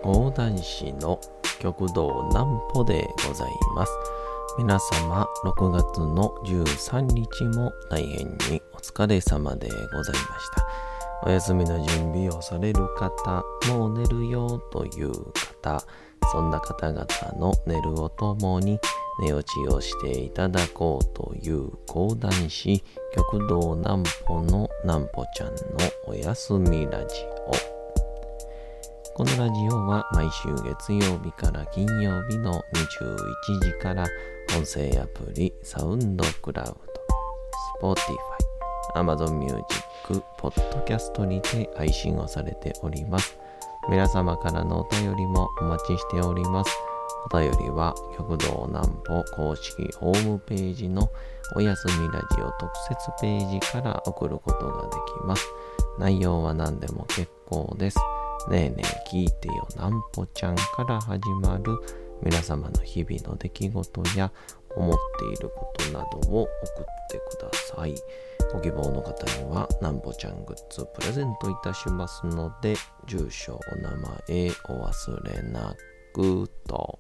講談師の極道南歩でございます。皆様6月の13日も大変にお疲れ様でございました。お休みの準備をされる方、もう寝るよという方、そんな方々の寝るをともに寝落ちをしていただこうという講談師極道南歩の南歩ちゃんのおやすみラジオ。このラジオは毎週月曜日から金曜日の21時から音声アプリサウンドクラウド、Spotify、Amazon Music、Podcast にて配信をされております。皆様からのお便りもお待ちしております。お便りは極道南歩公式ホームページのおやすみラジオ特設ページから送ることができます。内容は何でも結構です。ねえねえ聞いてよ南歩ちゃんから始まる皆様の日々の出来事や思っていることなどを送ってください。ご希望の方には南歩ちゃんグッズプレゼントいたしますので、住所お名前お忘れなくと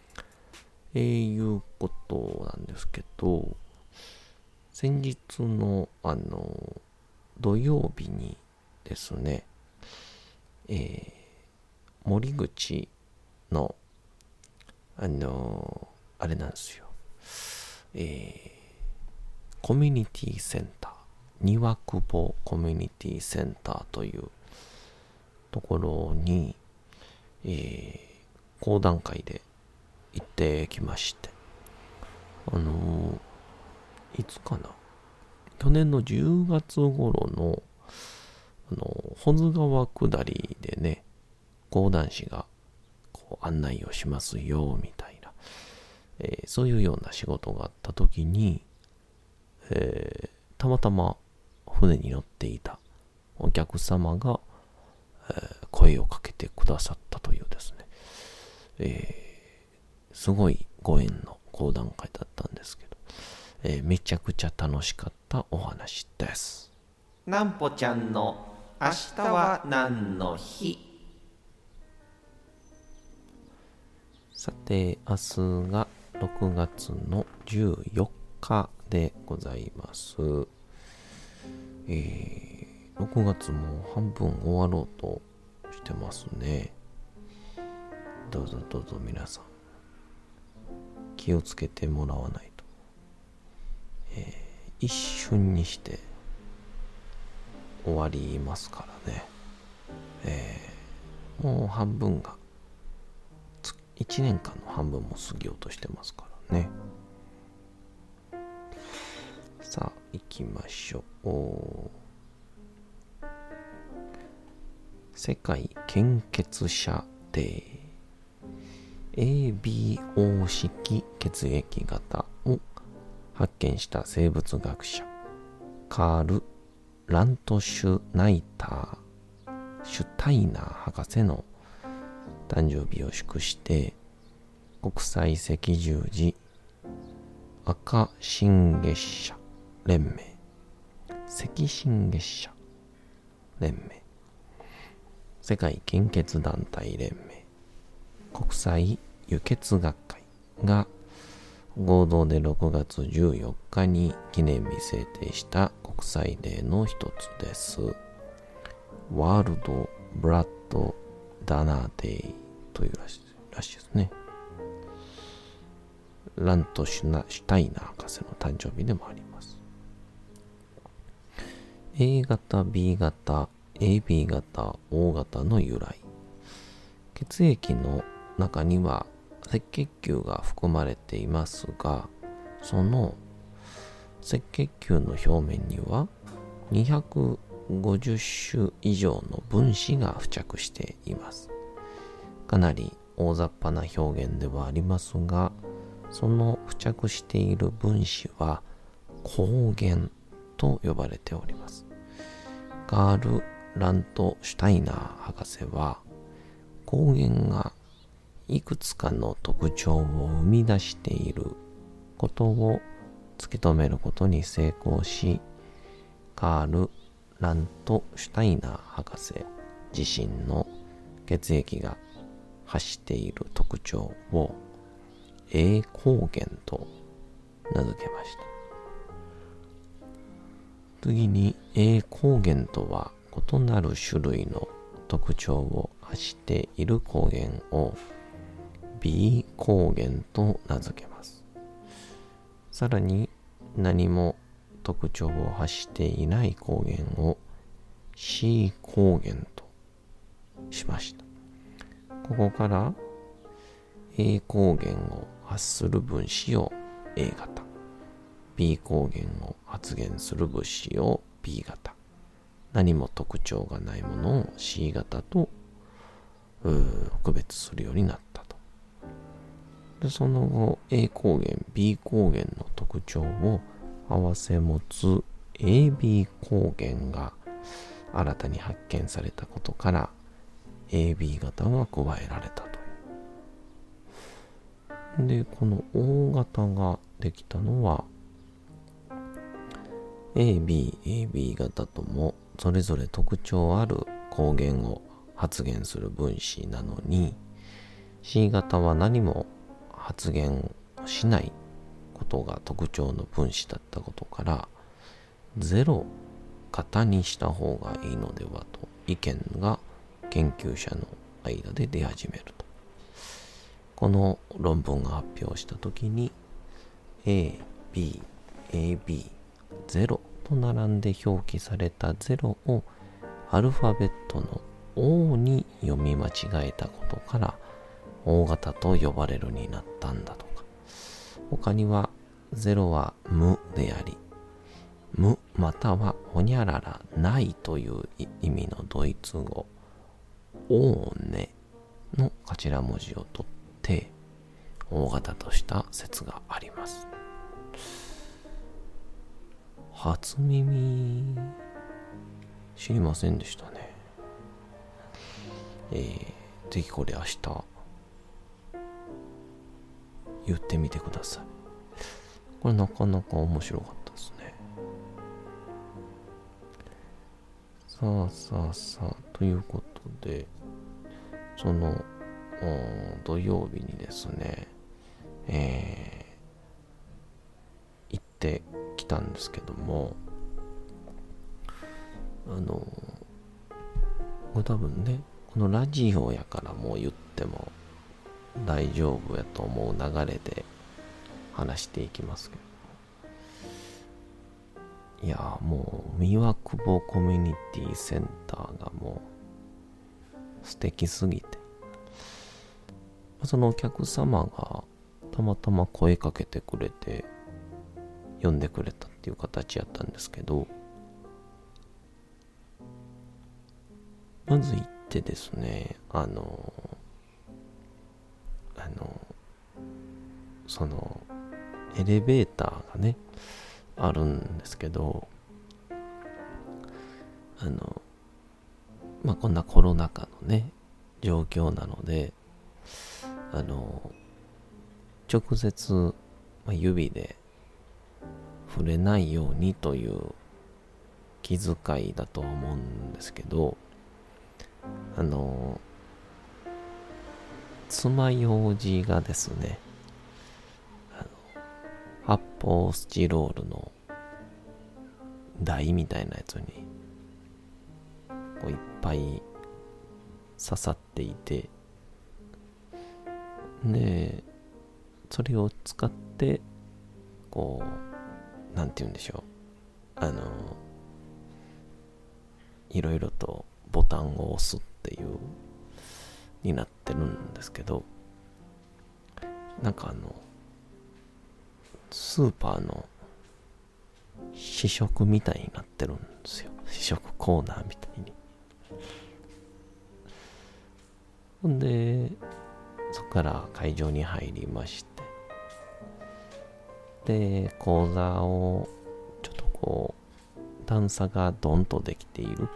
いうことなんですけど、先日の土曜日にですね、森口のあれなんですよ、コミュニティセンター、庭久保コミュニティセンターというところに、講談会で行ってきまして、いつかな、去年の10月頃の保津川下りでね、講談師がこう案内をしますよみたいな、そういうような仕事があった時に、たまたま船に乗っていたお客様が、声をかけてくださったというですね、すごいご縁の講談会だったんですけど、めちゃくちゃ楽しかったお話です。 南歩ちゃんの明日は何の日。 さて、明日が6月の14日でございます。6月も半分終わろうとしてますね。どうぞどうぞ皆さん気をつけてもらわないと、一瞬にして終わりますからね。もう半分が1年間の半分も過ぎようとしてますからね。さあ行きましょう。世界献血者デー、 ABO 式血液型を発見した生物学者カール・ラントシュタイナー博士の誕生日を祝して、国際赤十字赤新月社連盟、赤新月社連盟、世界献血団体連盟、国際輸血学会が合同で6月14日に記念日制定した国際デーの一つです。ワールドブラッドダナーデイというらしいですね。ラントシュタイナー博士の誕生日でもあります。A 型、B 型、AB 型、O 型の由来。血液の中には赤血球が含まれていますが、その赤血球の表面には250種以上の分子が付着しています。かなり大雑把な表現ではありますが、その付着している分子は抗原と呼ばれております。カール・ラントシュタイナー博士は、抗原がいくつかの特徴を生み出していることを突き止めることに成功し、カール・ラントシュタイナー博士自身の血液が発している特徴を A 抗原と名付けました。次に A 抗原とは異なる種類の特徴を発している抗原を B 抗原と名付けます。さらに何も特徴を発していない抗原を C 抗原としました。ここから A 抗原を発する分子を A 型、B 抗原を発現する物子を B 型、何も特徴がないものを C 型と区別するようになったと。で、その後 A 抗原、B 抗原の特徴を併せ持つ AB 抗原が新たに発見されたことから AB 型が加えられたと。で、この O 型ができたのは AB 型ともそれぞれ特徴ある抗原を発現する分子なのに C 型は何も発現しないことが特徴の分子だったことから0型にした方がいいのではと意見が研究者の間で出始めると。この論文が発表したときに A、B、AB、0 と並んで表記された0をアルファベットの O に読み間違えたことから O 型と呼ばれるになったんだとか、他には0は無であり、無またはほにゃららないという意味のドイツ語オーネの頭文字を取ってO型とした説があります。初耳知りませんでしたね。ぜひこれ明日言ってみてください。これなかなか面白かったですね。さあということでその土曜日にですね、行ってきたんですけども、これ多分ね、このラジオやからもう言っても大丈夫やと思う流れで話していきますけど、いやもう三輪久保コミュニティセンターがもう素敵すぎて、そのお客様がたまたま声かけてくれて呼んでくれたっていう形やったんですけど、まず行ってですね、そのエレベーターがねあるんですけど、こんなコロナ禍のね状況なので直接、指で触れないようにという気遣いだと思うんですけど、爪楊枝がですね、発泡スチロールの台みたいなやつにこういっぱい刺さっていて、でそれを使ってこうなんて言うんでしょう、いろいろとボタンを押すっていうになってるんですけど、なんかスーパーの試食みたいになってるんですよ。試食コーナーみたいに。ほんでそこから会場に入りまして、で講座をちょっとこう段差がドンとできている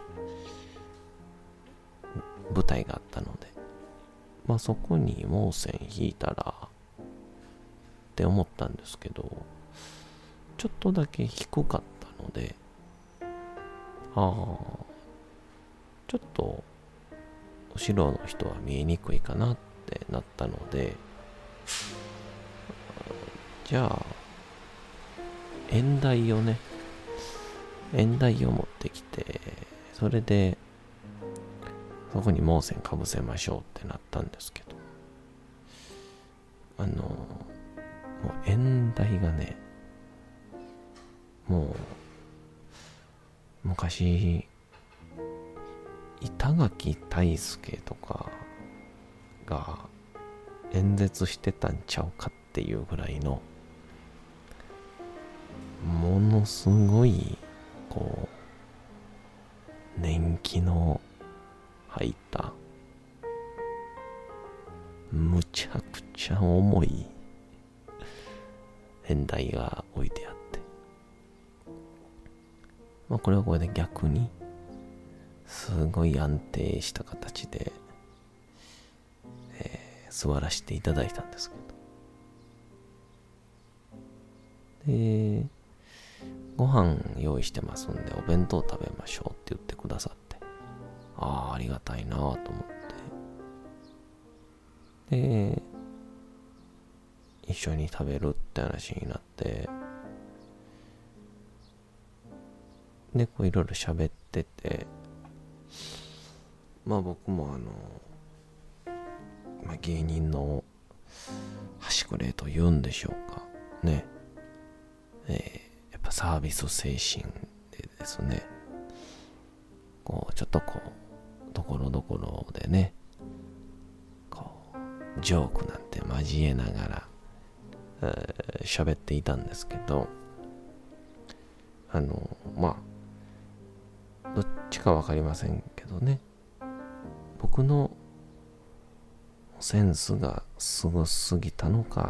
舞台があったので、そこにもう線引いたらって思ったんですけど、ちょっとだけ低かったので、ちょっと後ろの人は見えにくいかなっってなったので、じゃあ演題を持ってきて、それでそこに盲線かぶせましょうってなったんですけど、もう演題がね、もう昔板垣退助とかが演説してたんちゃうかっていうぐらいのものすごいこう年季の入ったむちゃくちゃ重い演題が置いてあって、これはこれで逆にすごい安定した形で、座らせていただいたんですけど、でご飯用意してますんでお弁当食べましょうって言ってくださって、ありがたいなと思って、で一緒に食べるって話になって、でこういろいろ喋ってて、僕も芸人の端くれと言うんでしょうかね、やっぱサービス精神でですね、こうちょっとこうところどころでね、こうジョークなんて交えながら喋っていたんですけど、どっちかわかりませんけどね、僕のセンスがすごすぎたのか、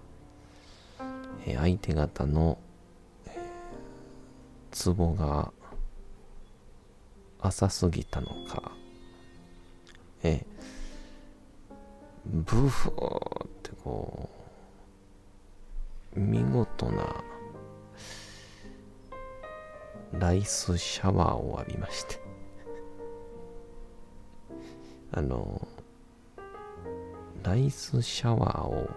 相手方のツボが浅すぎたのか、ブフーってこう見事なライスシャワーを浴びましてライスシャワーを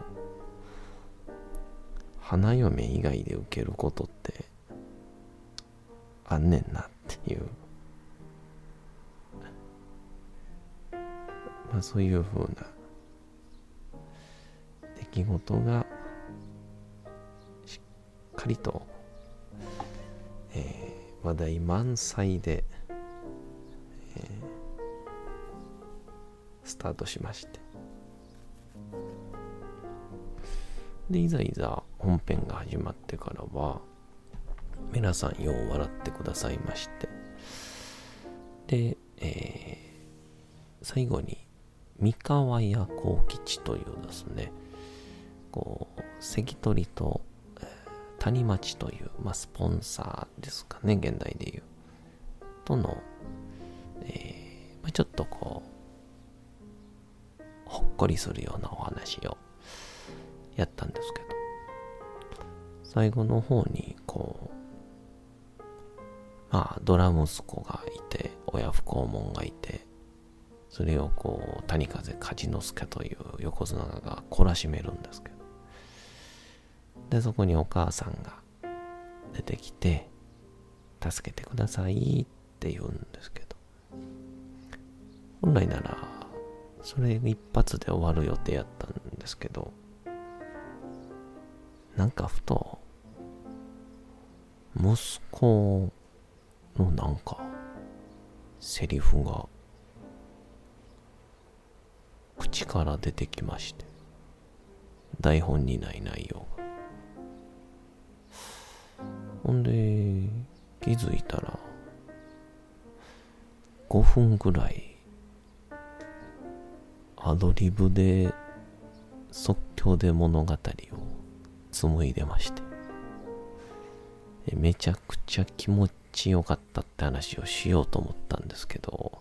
花嫁以外で受けることってあんねんなっていう、そういう風な出来事がしっかりと、話題満載で、スタートしまして、でいざ本編が始まってからは皆さんよう笑ってくださいまして、で、最後に三河屋幸吉というですね、こう関取と、谷町という、スポンサーですかね、現代でいうとの、ちょっとこうほっこりするようなお話をやったんですけど、最後の方にこうドラ息子がいて親不孝者がいて、それをこう谷風梶之助という横綱が懲らしめるんですけど、でそこにお母さんが出てきて助けてくださいって言うんですけど、本来ならそれ一発で終わる予定やったんですけど、なんかふと息子のなんかセリフが口から出てきまして、台本にない内容が。ほんで気づいたら5分ぐらいアドリブで即興で物語を紡いでまして、めちゃくちゃ気持ちよかったって話をしようと思ったんですけど、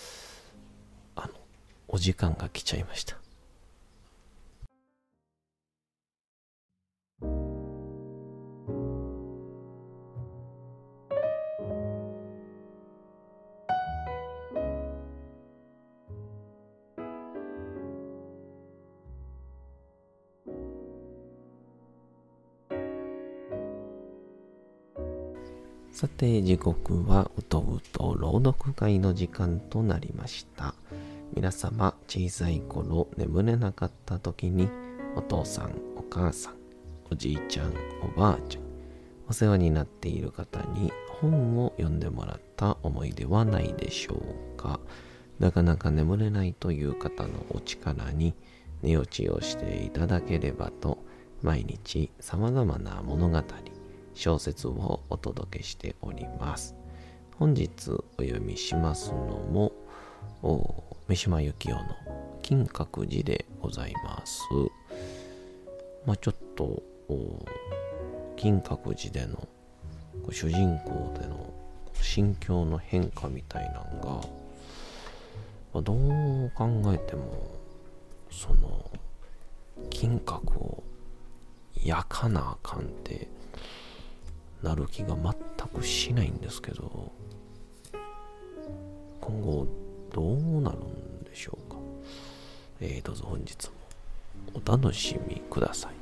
お時間が来ちゃいました。 さて時刻はうとうと朗読会の時間となりました。皆様小さい頃眠れなかった時にお父さんお母さんおじいちゃんおばあちゃんお世話になっている方に本を読んでもらった思い出はないでしょうか。なかなか眠れないという方のお力に寝落ちをしていただければと毎日様々な物語小説をお届けしております。本日お読みしますのも三島由紀夫の金閣寺でございます。ちょっと金閣寺での主人公での心境の変化みたいなのがどう考えてもその金閣を焼かなあかんってなる気が全くしないんですけど、今後どうなるんでしょうか。どうぞ本日もお楽しみください。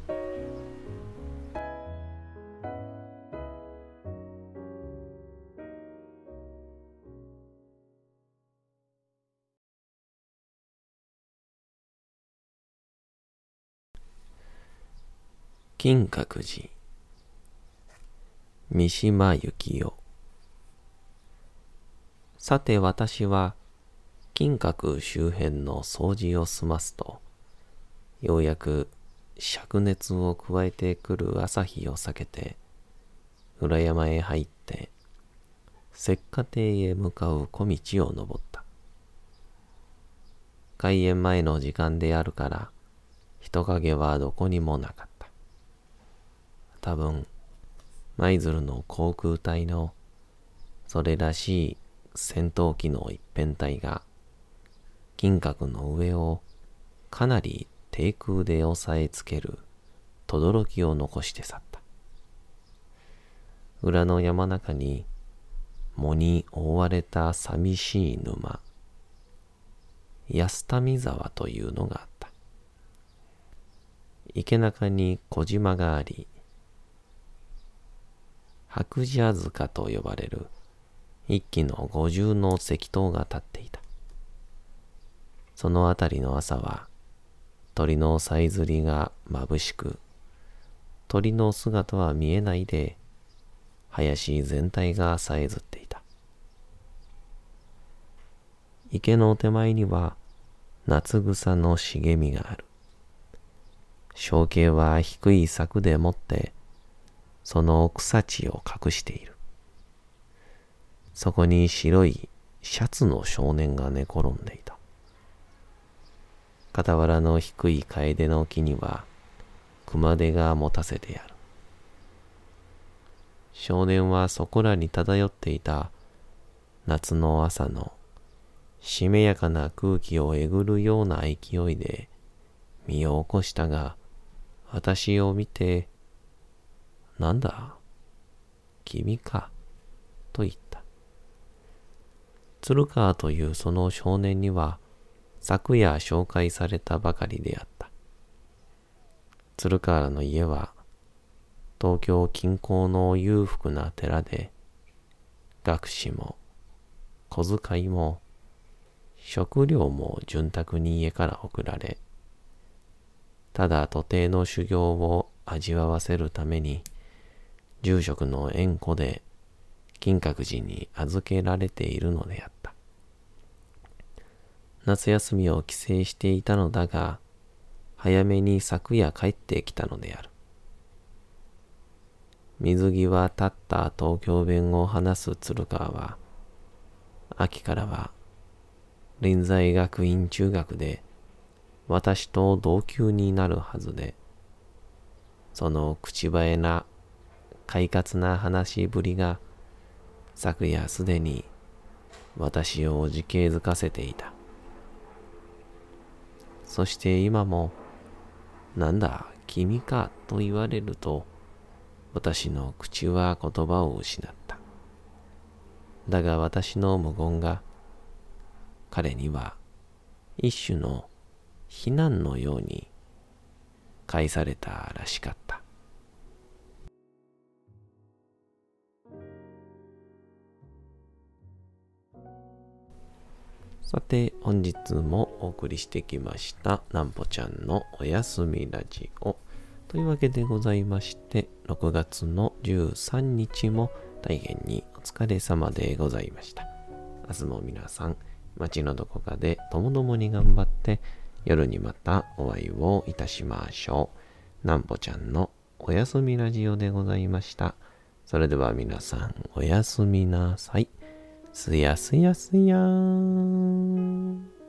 金閣寺、三島由紀夫。さて私は金閣周辺の掃除を済ますと、ようやく灼熱を加えてくる朝日を避けて裏山へ入って石化亭へ向かう小道を登った。開演前の時間であるから人影はどこにもなかった。多分舞鶴の航空隊のそれらしい戦闘機の一編隊が金閣の上をかなり低空で押さえつける轟きを残して去った。裏の山中に藻に覆われた寂しい沼、安民沢というのがあった。池中に小島があり、白蛇塚と呼ばれる一基の五重の石塔が立っていた。そのあたりの朝は鳥のさえずりが眩しく、鳥の姿は見えないで林全体がさえずっていた。池の手前には夏草の茂みがある。小径は低い柵でもってその草地を隠している。そこに白いシャツの少年が寝転んでいた。傍らの低い楓の木には熊手が持たせてある。少年はそこらに漂っていた夏の朝のしめやかな空気をえぐるような勢いで身を起こしたが、私を見て、なんだ、君か、と言った。鶴川というその少年には、昨夜紹介されたばかりであった。鶴川の家は、東京近郊の裕福な寺で、学士も、小遣いも、食料も潤沢に家から送られ、ただ徒弟の修行を味わわせるために、住職の縁故で金閣寺に預けられているのであった。夏休みを帰省していたのだが、早めに昨夜帰ってきたのである。水際立った東京弁を話す鶴川は、秋からは臨済学院中学で私と同級になるはずで、その口ばえな快活な話ぶりが昨夜すでに私をおじけづかせていた。そして今も、なんだ君かと言われると、私の口は言葉を失った。だが私の無言が彼には一種の非難のように返されたらしかった。 さて、本日もお送りしてきました、なんぽちゃんのおやすみラジオ。というわけでございまして、6月の13日も大変にお疲れ様でございました。明日も皆さん、街のどこかでともどもに頑張って、夜にまたお会いをいたしましょう。なんぽちゃんのおやすみラジオでございました。それでは皆さん、おやすみなさい。すやすやすやーん。